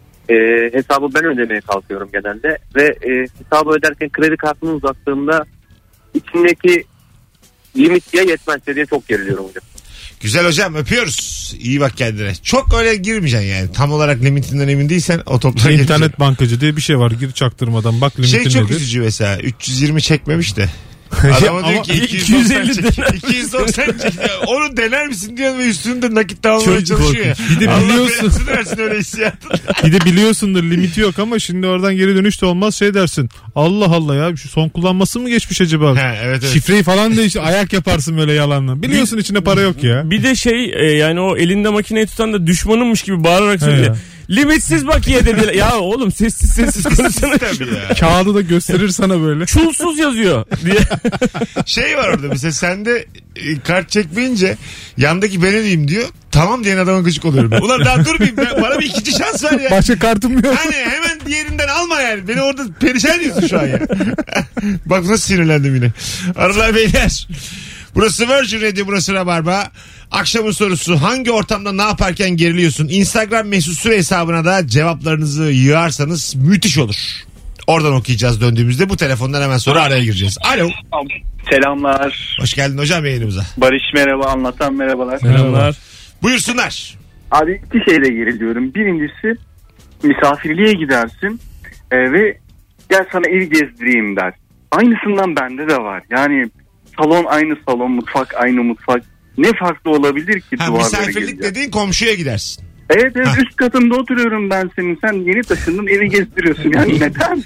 hesabı ben ödemeye kalkıyorum genelde ve hesabı öderken kredi kartını uzattığımda içindeki limit ya yetmezse diye çok geriliyorum hocam. Güzel hocam öpüyoruz. İyi bak kendine. Çok öyle girmeyeceksin yani. Tam olarak limitinden emin değilsen o toplara İnternet bankacı diye bir şey var. Gir çaktırmadan bak limitin nedir. Şey çok üzücü mesela. 320 çekmemiş de. Adama diyor ki 290 çek. 290 çek. Onu dener misin diyor ve üstünde nakit almaya çalışıyor ya. Bir de biliyorsun. Allah versin öyle hissiyatın. Bir de biliyorsundur limiti yok ama şimdi oradan geri dönüş de olmaz şey dersin. Allah Allah ya şu son kullanması mı geçmiş acaba? He, evet. Şifreyi falan da işte ayak yaparsın böyle yalanla. Biliyorsun içinde para yok ya. Bir de şey yani o elinde makineyi tutan da düşmanınmış gibi bağırarak söylüyor. Limitsiz bakiye dediler. Ya oğlum sessiz konuşsana. Kağıdı da gösterir sana böyle. Çulsuz yazıyor diye. Şey var orada mesela sende kart çekmeyince yandaki ben ödeyeyim diyor. Tamam diyen adama gıcık oluyorum. Ulan daha dur bana bir ikinci şans ver ya. Başka kartım yok. Hani hemen diğerinden alma yani. Beni orada perişan ediyorsun şu an ya. Bak nasıl sinirlendim yine. Arılar beyler. Burası Virgin Radio, burası Rabarba. Akşamın sorusu hangi ortamda ne yaparken geriliyorsun? Instagram mesut süre hesabına da cevaplarınızı yığarsanız müthiş olur. Oradan okuyacağız döndüğümüzde. Bu telefondan hemen sonra araya gireceğiz. Alo. Selamlar. Hoş geldin hocam yayınımıza. Barış merhaba, anlatan merhabalar. Selamlar. Buyursunlar. Abi iki şeyle geriliyorum. Birincisi misafirliğe gidersin ve gel sana ev gezdireyim der. Aynısından bende de var. Yani salon aynı salon, mutfak aynı mutfak. Ne farklı olabilir ki duvarlara misafirlik geleceğim. dediğin komşuya gidersin. Evet üst katında oturuyorum ben senin. Sen yeni taşındın evi gezdiriyorsun. Yani neden?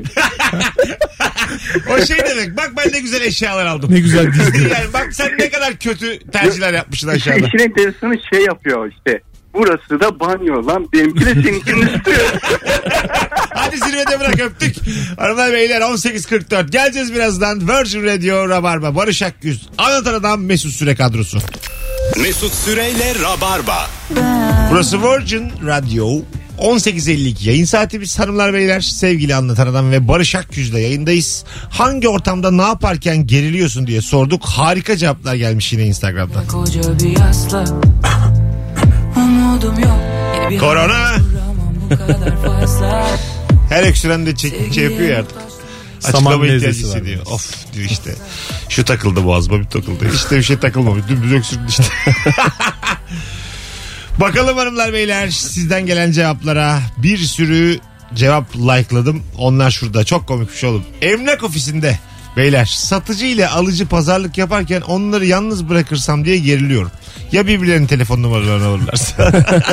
O şey demek. Bak ben ne güzel eşyalar aldım. Ne güzel dizdi. Yani bak sen ne kadar kötü tercihler yapmışsın aşağıda. İşin enteresanı şey yapıyor işte. Burası da banyo lan. Benimki de seninkinin üstü. Hadi zirvede bırak öptük. Hanımlar beyler 18.44. Geleceğiz birazdan. Virgin Radio Rabarba. Barış Akgüz. Anlatan Adam Mesut Süre kadrosu. Mesut Süreyle Rabarba. Burası Virgin Radio. 18.52 yayın saatimiz hanımlar beyler. Sevgili Anlatan Adam ve Barış Akgüz'le yayındayız. Hangi ortamda ne yaparken geriliyorsun diye sorduk. Harika cevaplar gelmiş yine Instagram'dan. Korona. Her öksüren de şey yapıyor ya artık. Açıklama ihtiyacı hissediyor. Of diyor işte. Şu takıldı boğazıma, bir takıldı. İşte bir şey takılmamış. Dümdüz öksürdü işte. Bakalım hanımlar beyler sizden gelen cevaplara. Bir sürü cevap like'ladım. Onlar şurada. Çok komikmiş oğlum. Emlak ofisinde beyler satıcı ile alıcı pazarlık yaparken onları yalnız bırakırsam diye geriliyorum. Ya birbirlerinin telefon numaralarını alırlarsa.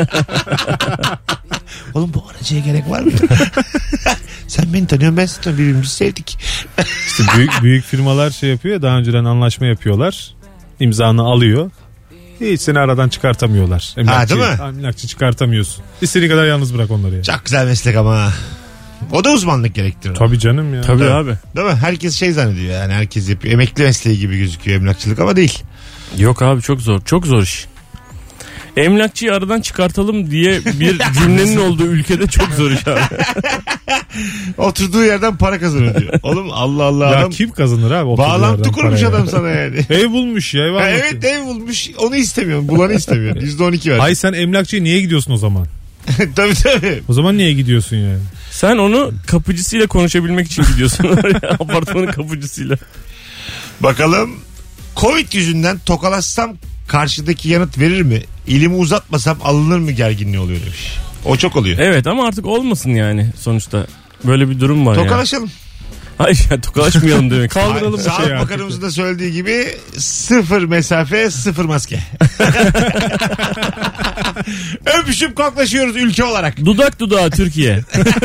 Oğlum bu aracıya gerek var mı? Sen beni tanıyorsun, ben seni tanıyorum. Birbirimizi sevdik. İşte büyük firmalar şey yapıyor ya, daha önceden anlaşma yapıyorlar. İmzanı alıyor. Hiç seni aradan çıkartamıyorlar. Emlakçı, değil mi? Emlakçı çıkartamıyorsun. İstediğin kadar yalnız bırak onları ya. Çok güzel meslek ama. O da uzmanlık gerektirir. Tabii canım ya. Tabii abi. Değil mi? Herkes şey zannediyor yani, herkes yapıyor. Emekli mesleği gibi gözüküyor emlakçılık ama değil. Yok abi, çok zor. Çok zor iş. Emlakçıyı aradan çıkartalım diye bir cümlenin olduğu ülkede çok zor iş abi. Oturduğu yerden para kazanır diyor. Oğlum Allah Allah. Ya adam kim kazanır abi? bağlantı kurmuş adam sana yani. Ev bulmuş ya. Evet ev bulmuş. Onu istemiyorum. Bulanı istemiyorum. %12 ver. Hay sen emlakçıya niye gidiyorsun o zaman? Tabii. O zaman niye gidiyorsun yani? Sen onu kapıcısıyla konuşabilmek için gidiyorsun oraya. Apartmanın kapıcısıyla. Bakalım. Covid yüzünden tokalaşsam karşıdaki yanıt verir mi? İlimi uzatmasam alınır mı gerginliği oluyor demiş. O çok oluyor. Evet ama artık olmasın yani sonuçta. Böyle bir durum var ya. Tokalaşalım. Hayır ya, tokalaşmayalım demek. Kaldıralım bu şeyi Sağlık artık. Bakanımızın da söylediği gibi 0 mesafe 0 maske. Öpüşüp koklaşıyoruz ülke olarak. Dudak dudağa Türkiye.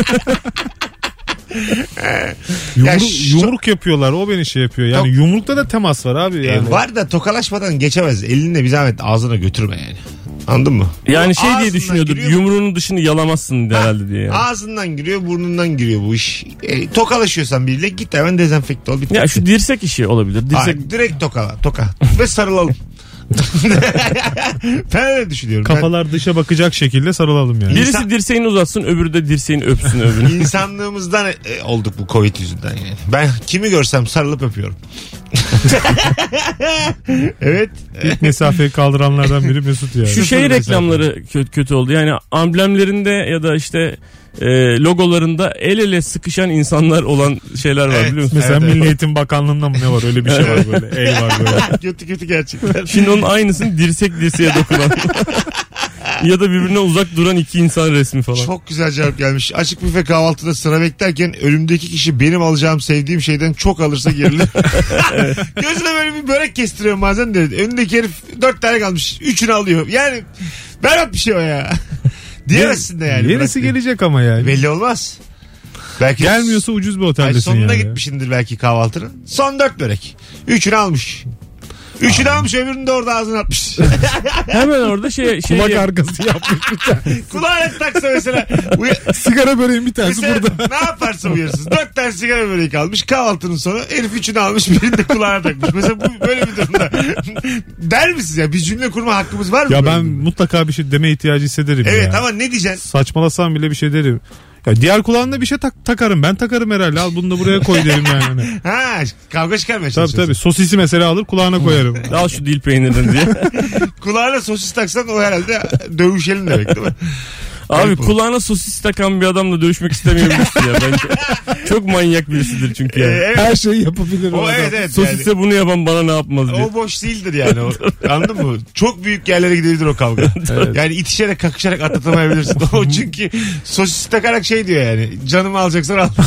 Yumruk yapıyorlar, o beni şey yapıyor. Yani yumrukta da temas var abi. Yani. Var da tokalaşmadan geçemez. Elinle bir zahmet ağzına götürme yani. Anladın mı? Yani şey diye düşünüyordur. Giriyor, Yumruğunun dışını yalamazsın herhalde diye. Yani. Ağzından giriyor, burnundan giriyor bu iş. Tokalaşıyorsan biriyle git hemen dezenfekte ol. Ya şu dirsek işi olabilir. Dirsek... Direkt toka. Ve sarılalım. Ben öyle düşünüyorum. Kafalar dışa bakacak şekilde sarılalım yani. Birisi dirseğini uzatsın, öbürü de dirseğini öpsün öbürünü. İnsanlığımızdan olduk bu Covid yüzünden yani. Ben kimi görsem sarılıp öpüyorum. Evet. İlk mesafeyi kaldıranlardan biri Mesut yani. Şu şey reklamları kötü oldu. Yani amblemlerinde ya da işte logolarında el ele sıkışan insanlar olan şeyler var, biliyor musun? Mesela Milli Eğitim Bakanlığı'nda mı ne var, öyle bir şey var böyle. El var böyle. kötü gerçekten. Şimdi onun aynısını dirsek dirseğe dokunan. Ya da birbirine uzak duran iki insan resmi falan. Çok güzel cevap gelmiş. Açık büfe kahvaltıda sıra beklerken önümdeki kişi benim alacağım sevdiğim şeyden çok alırsa gerilir. Gözüne böyle bir börek kestiriyorum bazen de. Önündeki herif 4 tane kalmış. 3'ünü alıyor. Yani berbat bir şey o ya. Diyemezsin de yani. Yenisi gelecek ama yani. Belli olmaz. Belki gelmiyorsa ucuz bir oteldesin sonuna yani. gitmişindir belki kahvaltının. Son 4 börek. 3'ünü almış. 3'ünü almış, öbürünü de orada ağzına atmış. Hemen orada kulak arkası yapmış bir tane. Kulağına taksa mesela. Sigara böreğin bir tanesi mesela burada. Ne yaparsa uyarısız. 4 tane sigara böreği kalmış. Kahvaltının sonu herif 3'ünü almış, birini de kulağına takmış. Mesela bu böyle bir durumda. Der misiniz ya? Bir cümle kurma hakkımız var mı? Ya ben mutlaka bir şey deme ihtiyacı hissederim. Evet ya. ama ne diyeceksin? Saçmalasam bile bir şey derim. Ya diğer kulağında bir şey takarım. Ben takarım herhalde. Al bunu da buraya koy derim yani. Ha, kavga çıkarmaya çalışıyorsun. Tabii. Sosisi mesela alır kulağına koyarım. Al şu dil peynirini diye. Kulağına sosis taksan o herhalde dövüşelim demek değil mi? Abi Ayıp olur. kulağına sosis takan bir adamla dövüşmek istemiyor birisi ya bence. Çok manyak birisidir çünkü ya. Evet. Her şeyi yapabilir o O adam. evet Sosise yani. bunu yapan bana ne yapmaz diye. O boş değildir yani. Anladın mı? Çok büyük yerlere gidebilir o kavga. Yani itişerek kakışarak atlatamayabilirsin. O çünkü sosis takarak şey diyor yani. Canımı alacaksan al.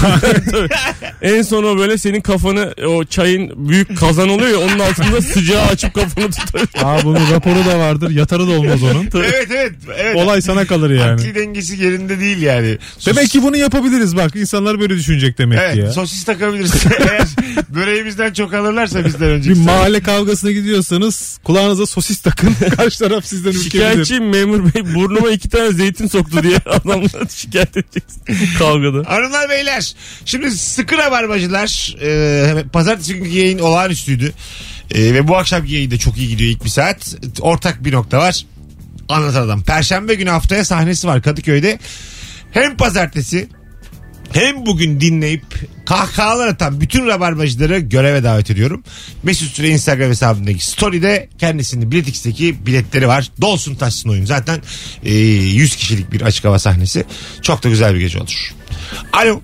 En son o böyle senin kafanı o çayın büyük kazan oluyor ya onun altında sıcağı açıp kafanı tutuyor. Aa, bunun raporu da vardır. Yatarı da olmaz onun. Evet. Olay sana kalır yani. Akli dengesi yerinde değil yani. Demek ki bunu yapabiliriz bak. İnsanlar böyle düşünecek demek Evet, ki ya. sosis takabilirsin. Eğer böreğimizden çok alırlarsa bizden önce. Bir mahalle kavgasına gidiyorsanız kulağınıza sosis takın. Karşı taraf sizden ürkebilir. Şikayetçiyim memur bey burnuma 2 tane zeytin soktu diye adamla şikayet edeceksin kavgada. Hanımlar beyler şimdi sıkı rabarbacılar pazartesi günkü yayın olağanüstüydü. Ve bu akşamki yayın da çok iyi gidiyor ilk bir saat. Ortak bir nokta var. Anlatan Adam. Perşembe günü haftaya sahnesi var Kadıköy'de. Hem pazartesi hem bugün dinleyip kahkahalar atan bütün rabarbacıları göreve davet ediyorum. Mesut Süre Instagram hesabındaki story'de kendisinin Biletix'teki biletleri var. Dolsun taşsın oyun. Zaten 100 kişilik bir açık hava sahnesi. Çok da güzel bir gece olur. Alo.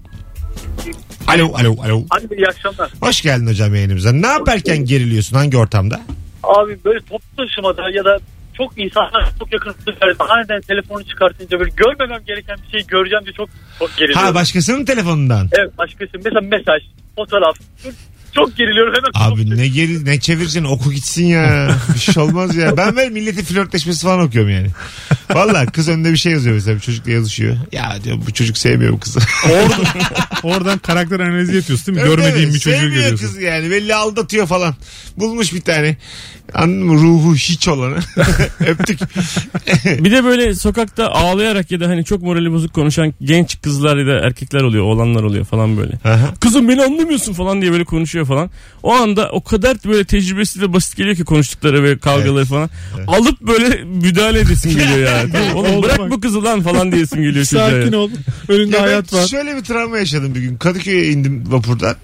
Alo. Hadi iyi akşamlar. Hoş geldin hocam yayınımıza. Ne yaparken geriliyorsun? Hangi ortamda? Abi böyle toplu taşımada ya da çok insanlar çok yakın aniden telefonu çıkartınca böyle görmemem gereken bir şey göreceğim diye çok geriliyorum. Ha, başkasının telefonundan. Evet, başkası mesela mesaj, fotoğraf. Çok geriliyorum hemen. Abi ne çevireceksin, oku gitsin ya. Bir şey olmaz ya. Ben böyle milletin flörtleşmesi falan okuyorum yani. Valla kız önünde bir şey yazıyor mesela, bir çocukla yazışıyor. Ya diyor bu çocuk sevmiyor bu kızı. Oradan karakter analizi yapıyorsun değil mi? Görmediğin bir çocuğu sevmiyor görüyorsun. kız yani, belli aldatıyor falan. Bulmuş bir tane. Anladın mı? Ruhu hiç olanı. Öptük. Bir de böyle sokakta ağlayarak ya da hani çok morali bozuk konuşan genç kızlar ya da erkekler oluyor, oğlanlar oluyor falan böyle. Aha. Kızım beni anlamıyorsun falan diye böyle konuşuyor falan. O anda o kadar böyle tecrübesiz ve basit geliyor ki konuştukları ve kavgaları falan. Alıp böyle müdahale edesin geliyor yani. Tamam, oğlum Oldu bırak bak. bu kızı lan falan diyesin geliyor çocuğa. Sakin ol. Önünde Ya hayat ben var. şöyle bir travma yaşadım bir gün. Kadıköy'e indim vapurdan.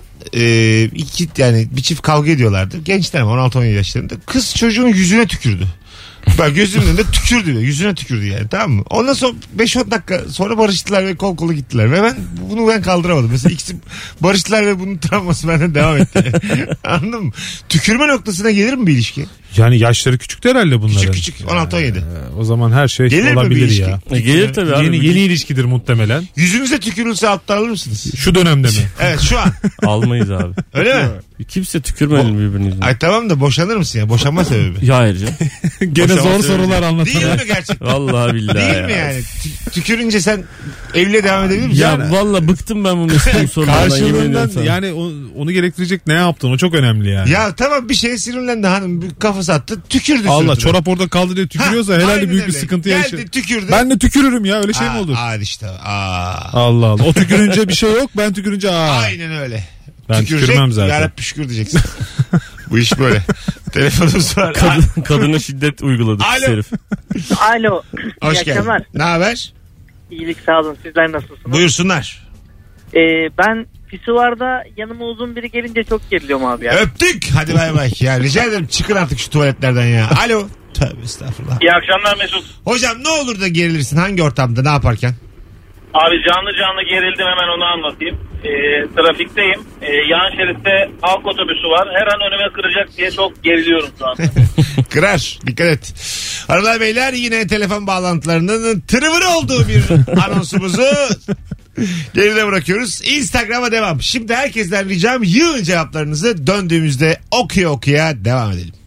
Yani bir çift kavga ediyorlardı. Gençler ama 16-17 yaşlarında. Kız çocuğun yüzüne tükürdü. Bak gözümün önünde tükürdü. Yüzüne tükürdü yani, tamam mı? Ondan sonra 5-10 dakika sonra barıştılar ve kol kola gittiler. Ve bunu kaldıramadım. Mesela ikisi barıştılar ve bunun travması benden devam etti. Anladın mı? Tükürme noktasına gelir mi bir ilişki? Yani yaşları küçüktü herhalde bunların. Küçük 16-17. O zaman her şey Gelir mi bir olabilir ilişki? ya. Gelir tabii abi. Yeni ilişkidir muhtemelen. Yüzünüze tükürülse alttan alır mısınız? Şu dönemde mi? Evet, şu an. Almayız abi. Öyle mi? Kimse tükürmedi birbirinin yüzüne. Ay tamam da boşanır mısın ya? Boşanma sebebi. Ya hayır canım. Gene Boşanma zor sebebi. sorular Değil anlatan. mi gerçekten? Vallahi billahi Değil ya. mi yani? Tükürünce sen evliliğe devam edebilir misin? Ya vallahi bıktım ben bu Mesut'un sorularından, yemin ediyorum Karşılığından sana. yani onu gerektirecek ne yaptın? O çok önemli yani. Ya tamam, bir şeye sinirlendi hanım, bir kafası attı, tükürdü Allah, suratına. çorap orada kaldı diye tükürüyorsa Ha, herhalde aynen büyük bir öyle. sıkıntı Geldi, yaşıyor. tükürdü. Ben de tükürürüm ya, öyle şey mi olur? Hadi işte. Allah Allah. O tükürünce bir şey yok, ben tükürünce Aynen öyle. Ben tükürmem zaten. Yarabbim şükür diyeceksin. Bu iş böyle. Telefonumuz var. Kadına şiddet uyguladı Alo. pis herif. Alo. Hoş İyi geldin. akşamlar. Ne haber? İyilik, sağ olun. Sizler nasılsınız? Buyursunlar. Ben pisuarda yanıma uzun biri gelince çok geriliyorum abi ya. Öptük. Hadi bay bay. Ya rica ederim, çıkın artık şu tuvaletlerden ya. Alo. Tövbe estağfurullah. İyi akşamlar Mesut. Hocam ne olur da gerilirsin? Hangi ortamda, ne yaparken? Abi canlı gerildim, hemen onu anlatayım. Trafikteyim. Yan şeritte halk otobüsü var. Her an önüme kıracak diye çok geriliyorum şu an. Kırar. Dikkat et. Hanımlar beyler, yine telefon bağlantılarının tırıvırı olduğu bir anonsumuzu geride bırakıyoruz. Instagram'a devam. Şimdi herkesten ricam, yığın cevaplarınızı, döndüğümüzde okuya okuya devam edelim.